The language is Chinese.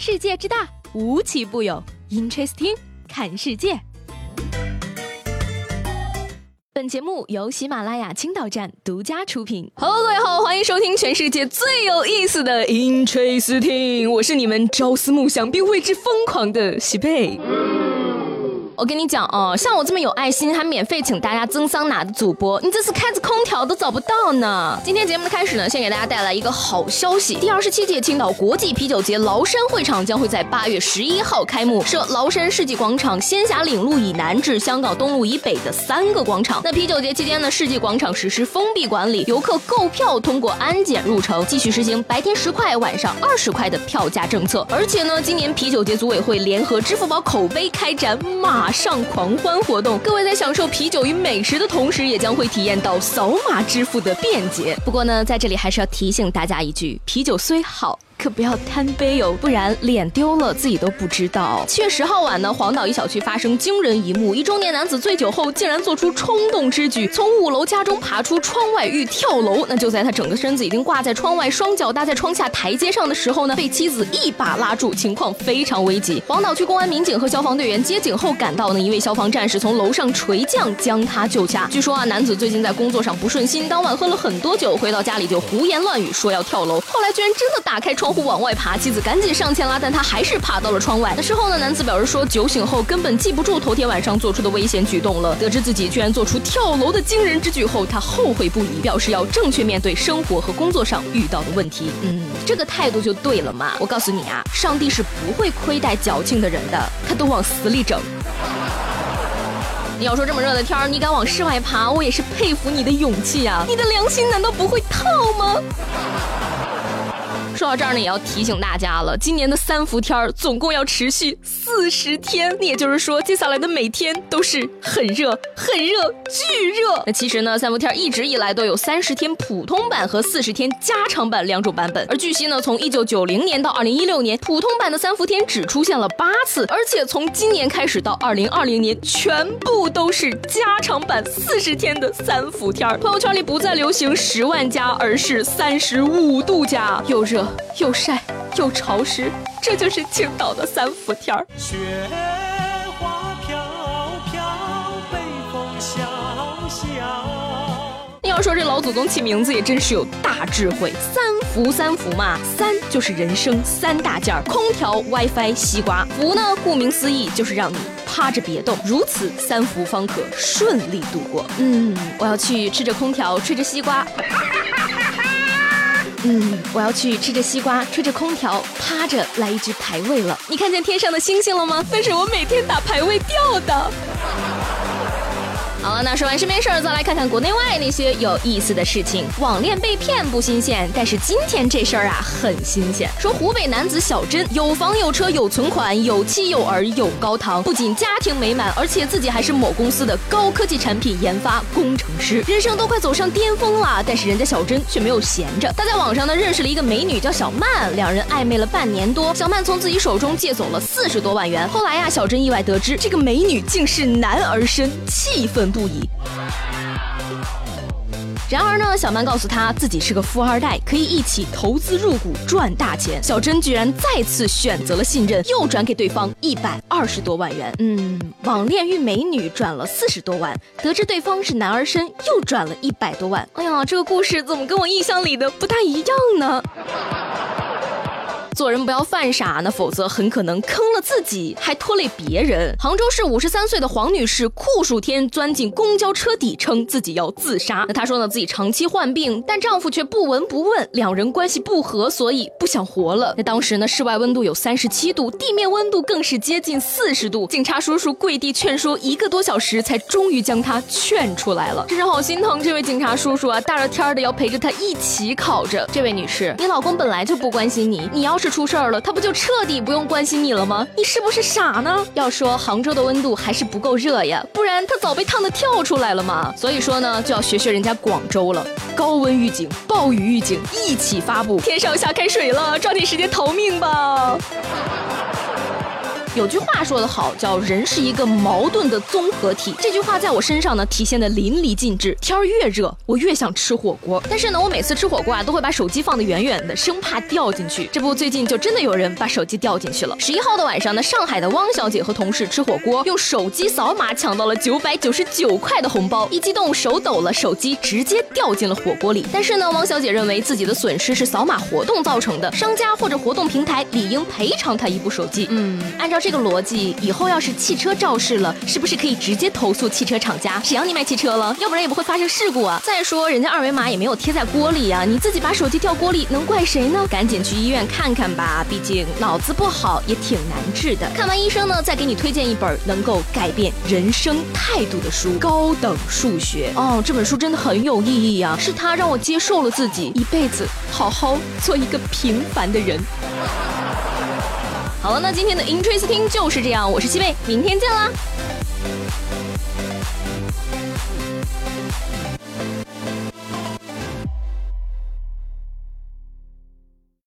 世界之大，无奇不有。Interesting， 看世界。本节目由喜马拉雅青岛站独家出品。Hello， 各位好，欢迎收听全世界最有意思的 Interesting， 我是你们朝思暮想并为之疯狂的喜贝。我跟你讲啊，像我这么有爱心还免费请大家蒸桑拿的主播，你这次开着空调都找不到呢。今天节目的开始呢，先给大家带来一个好消息，第27届青岛国际啤酒节崂山会场将会在8月11号开幕，设崂山世纪广场、仙霞岭路以南至香港东路以北的3个广场。那啤酒节期间呢，世纪广场实施封闭管理，游客购票通过安检入城，继续实行白天10块、晚上20块的票价政策。而且呢，今年啤酒节组委会联合支付宝口碑开展马上狂欢活动，各位在享受啤酒与美食的同时，也将会体验到扫码支付的便捷。不过呢，在这里还是要提醒大家一句，啤酒虽好，可不要贪杯哦，不然脸丢了自己都不知道。7月10号晚呢，黄岛一小区发生惊人一幕，一中年男子醉酒后竟然做出冲动之举，从5楼家中爬出窗外欲跳楼。那就在他整个身子已经挂在窗外，双脚搭在窗下台阶上的时候呢，被妻子一把拉住，情况非常危急。黄岛区公安民警和消防队员接警后赶到呢，一位消防战士从楼上垂降将他救下。据说啊，男子最近在工作上不顺心，当晚喝了很多酒，回到家里就胡言乱语说要跳楼，后来居然真的打开窗户往外爬，妻子赶紧上前拉，但他还是爬到了窗外。那事后呢，男子表示说，酒醒后根本记不住头天晚上做出的危险举动了。得知自己居然做出跳楼的惊人之举后，他后悔不已，表示要正确面对生活和工作上遇到的问题。这个态度就对了嘛。我告诉你啊，上帝是不会亏待矫情的人的，他都往死里整。你要说这么热的天儿，你敢往室外爬，我也是佩服你的勇气啊！你的良心难道不会套吗？说到这儿呢，也要提醒大家了，今年的3伏天总共要持续40天，也就是说，接下来的每天都是很热、很热、巨热。那其实呢，3伏天一直以来都有30天普通版和40天加长版2种版本。而据悉呢，从1990年到2016年，普通版的3伏天只出现了8次，而且从今年开始到2020年，全部都是加长版40天的3伏天。朋友圈里不再流行10万加，而是35度加，又热又晒又潮湿，这就是青岛的3伏天。 雪花飘飘，北风萧萧。 你要说这老祖宗起名字也真是有大智慧，3伏嘛，3就是人生3大件，空调、WiFi、西瓜。伏呢，顾名思义就是让你趴着别动，如此3伏方可顺利度过。我要去吃着空调，吹着西瓜。我要去吃着西瓜，吹着空调，趴着来一局排位了。你看见天上的星星了吗？那是我每天打排位掉的。好了，那说完身边事儿，再来看看国内外那些有意思的事情。网恋被骗不新鲜，但是今天这事儿啊很新鲜。说湖北男子小珍有房有车有存款有妻有儿有高堂，不仅家庭美满，而且自己还是某公司的高科技产品研发工程师，人生都快走上巅峰了。但是人家小珍却没有闲着，他在网上呢认识了一个美女叫小曼，两人暧昧了半年多，小曼从自己手中借走了40多万元。后来啊，小珍意外得知这个美女竟是男儿身，气愤不已。然而呢，小曼告诉他自己是个富2代，可以一起投资入股赚大钱。小珍居然再次选择了信任，又转给对方120多万元。网恋遇美女转了40多万，得知对方是男儿身，又转了100多万。哎呀，这个故事怎么跟我印象里的不大一样呢？做人不要犯傻呢，否则很可能坑了自己，还拖累别人。杭州市53岁的黄女士酷暑天钻进公交车底，称自己要自杀。那她说呢，自己长期患病，但丈夫却不闻不问，两人关系不和，所以不想活了。那当时呢，室外温度有37度，地面温度更是接近40度。警察叔叔跪地劝说1个多小时，才终于将她劝出来了。真是好心疼这位警察叔叔啊，大热天的要陪着她一起烤着。这位女士，你老公本来就不关心你，你要是出事儿了，他不就彻底不用关心你了吗？你是不是傻呢？要说杭州的温度还是不够热呀，不然他早被烫得跳出来了嘛。所以说呢，就要学人家广州了，高温预警、暴雨预警一起发布，天上下开水了，抓紧时间逃命吧。 有句话说得好，叫人是一个矛盾的综合体。这句话在我身上呢体现的淋漓尽致。天儿越热，我越想吃火锅，但是呢，我每次吃火锅啊，都会把手机放得远远的，生怕掉进去。这不，最近就真的有人把手机掉进去了。11号的晚上呢，上海的汪小姐和同事吃火锅，用手机扫码抢到了999块的红包，一激动手抖了，手机直接掉进了火锅里。但是呢，汪小姐认为自己的损失是扫码活动造成的，商家或者活动平台理应赔偿她一部手机。按照这个逻辑，以后要是汽车肇事了，是不是可以直接投诉汽车厂家？谁让你卖汽车了？要不然也不会发生事故啊。再说人家二维码也没有贴在锅里啊，你自己把手机掉锅里，能怪谁呢？赶紧去医院看看吧，毕竟脑子不好也挺难治的。看完医生呢，再给你推荐一本能够改变人生态度的书《高等数学》。这本书真的很有意义啊，是它让我接受了自己，一辈子好好做一个平凡的人。好了，那今天的 Interesting 就是这样，我是西贝，明天见啦。